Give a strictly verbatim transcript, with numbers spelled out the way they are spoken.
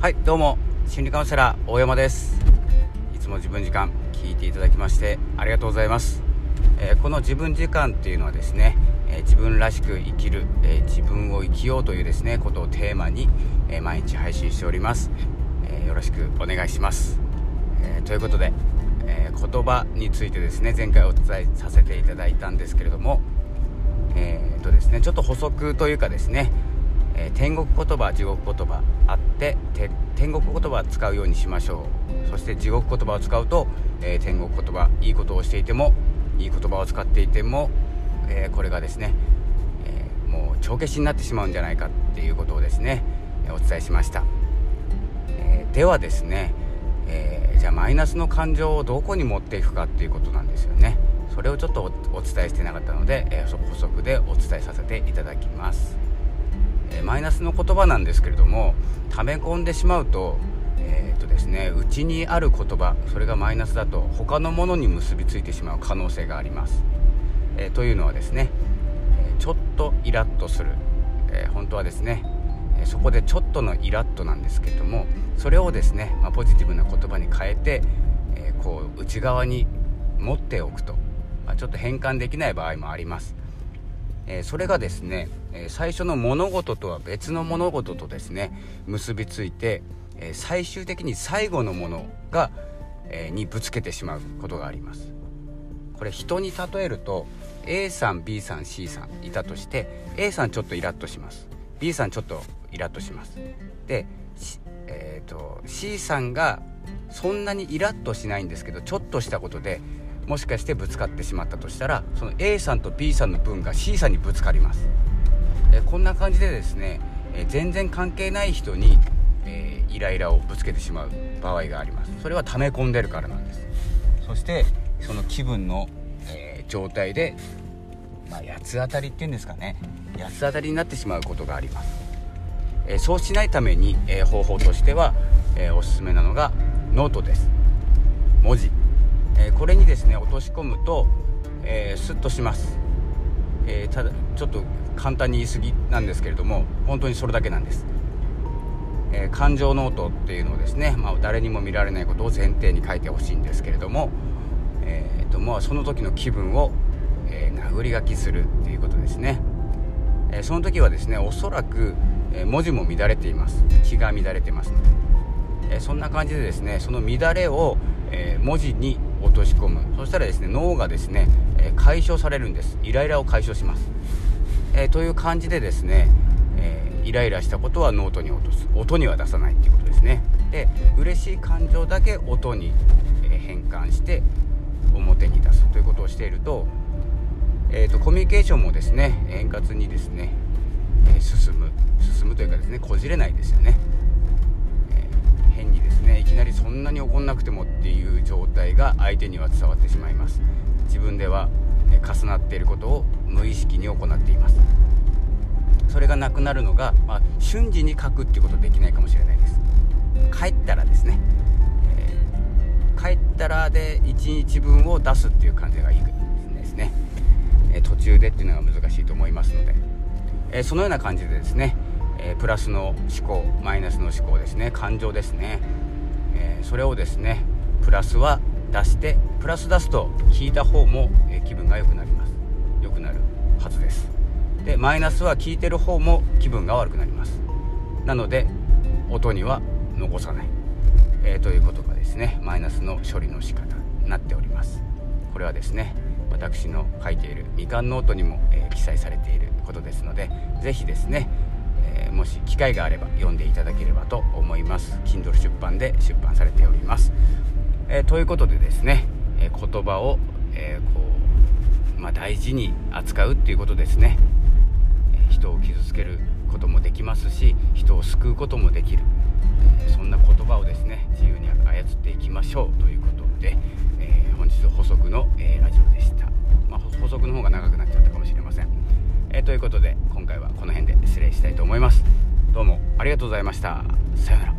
はい、どうも心理カウンセラー大山です。いつも自分時間聞いていただきましてありがとうございます。えー、この自分時間っていうのはですね、えー、自分らしく生きる、えー、自分を生きようというですねことをテーマに、えー、毎日配信しております。えー、よろしくお願いします。えー、ということで、えー、言葉についてですね前回お伝えさせていただいたんですけれども、えーとですね、ちょっと補足というかですね、えー、天国言葉地獄言葉あってて天国言葉を使うようにしましょう。そして地獄言葉を使うと、えー、天国言葉いいことをしていてもいい言葉を使っていても、えー、これがですね、えー、もう帳消しになってしまうんじゃないかっていうことをですねお伝えしました。えー、ではですね、えー、じゃあマイナスの感情をどこに持っていくかっていうことなんですよね。それをちょっと お, お伝えしてなかったので、えー、補足でお伝えさせていただきます。えー、マイナスの言葉なんですけれども、溜め込んでしまうと、えーとですね、内にある言葉、それがマイナスだと他のものに結びついてしまう可能性があります。えー、というのはですね、えー、ちょっとイラッとする、えー、本当はですね、えー、そこでちょっとのイラッとなんですけれども、それをですね、まあ、ポジティブな言葉に変えて、えー、こう内側に持っておくと、まあ、ちょっと変換できない場合もあります。えー、それがですね、えー、最初の物事とは別の物事とですね結びついて、えー、最終的に最後のものが、えー、にぶつけてしまうことがあります。これ人に例えると A さん B さん C さんいたとして、 A さんちょっとイラッとします、 B さんちょっとイラッとします。で、えーと、C さんがそんなにイラッとしないんですけど、ちょっとしたことでもしかしてぶつかってしまったとしたら、その A さんと B さんの分が C さんにぶつかります。えこんな感じでですね、え全然関係ない人に、えー、イライラをぶつけてしまう場合があります。それは溜め込んでるからなんです。そしてその気分の、えー、状態で、まあ、八つ当たりっていうんですかね、八つ当たりになってしまうことがあります。えー、そうしないために、えー、方法としては、えー、おすすめなのがノートです。文字、えー、これにですね落とし込むと、えー、スッとします。えー、ただちょっと簡単に言い過ぎなんですけれども、本当にそれだけなんです。えー、感情ノートっていうのをですね、まあ、誰にも見られないことを前提に書いてほしいんですけれども、えーとまあ、その時の気分を、えー、殴り書きするっていうことですね。えー、その時はですねおそらく、えー、文字も乱れています。気が乱れてますので、えー、そんな感じでですねその乱れを、えー、文字に落とし込む。そしたらですね脳がですね、えー、解消されるんです。イライラを解消します。えー、という感じでですね、えー、イライラしたことはノートに落とす、音には出さないっていうことですね。で、嬉しい感情だけ音に、えー、変換して表に出すということをしていると、えーと、コミュニケーションもですね円滑にですね、えー、進む進むというかですねこじれないですよね。えー、変にですねいきなりそんなに怒んなくてもっていう状態が相手には伝わってしまいます。自分では重なっていることを無意識に行っています。それがなくなるのが、まあ、瞬時に書くっていうことできないかもしれないです。帰ったらですね、えー、帰ったらでいちにちぶんを出すっていう感じがいいですね。えー、途中でっていうのが難しいと思いますので、えー、そのような感じでですね、えー、プラスの思考マイナスの思考ですね、感情ですね、えー、それをですねプラスは出して、プラス出すと聞いた方も、えー、気分が良くなります。良くなるはずです。でマイナスは聞いてる方も気分が悪くなります。なので音には残さない、えー、ということがですねマイナスの処理の仕方になっております。これはですね私の書いているみかんノートにも、えー、記載されていることですので、ぜひですね、えー、もし機会があれば読んでいただければと思います。 Kindle 出版で出版されております。えー、ということでですね、えー、言葉を、えー、こう、まあ、大事に扱うっていうことですね。えー、人を傷つけることもできますし、人を救うこともできる、えー、そんな言葉をですね自由に操っていきましょうということで、えー、本日補足の、えー、ラジオでした。まあ、補足の方が長くなっちゃったかもしれません。えー、ということで今回はこの辺で失礼したいと思います。どうもありがとうございました。さようなら。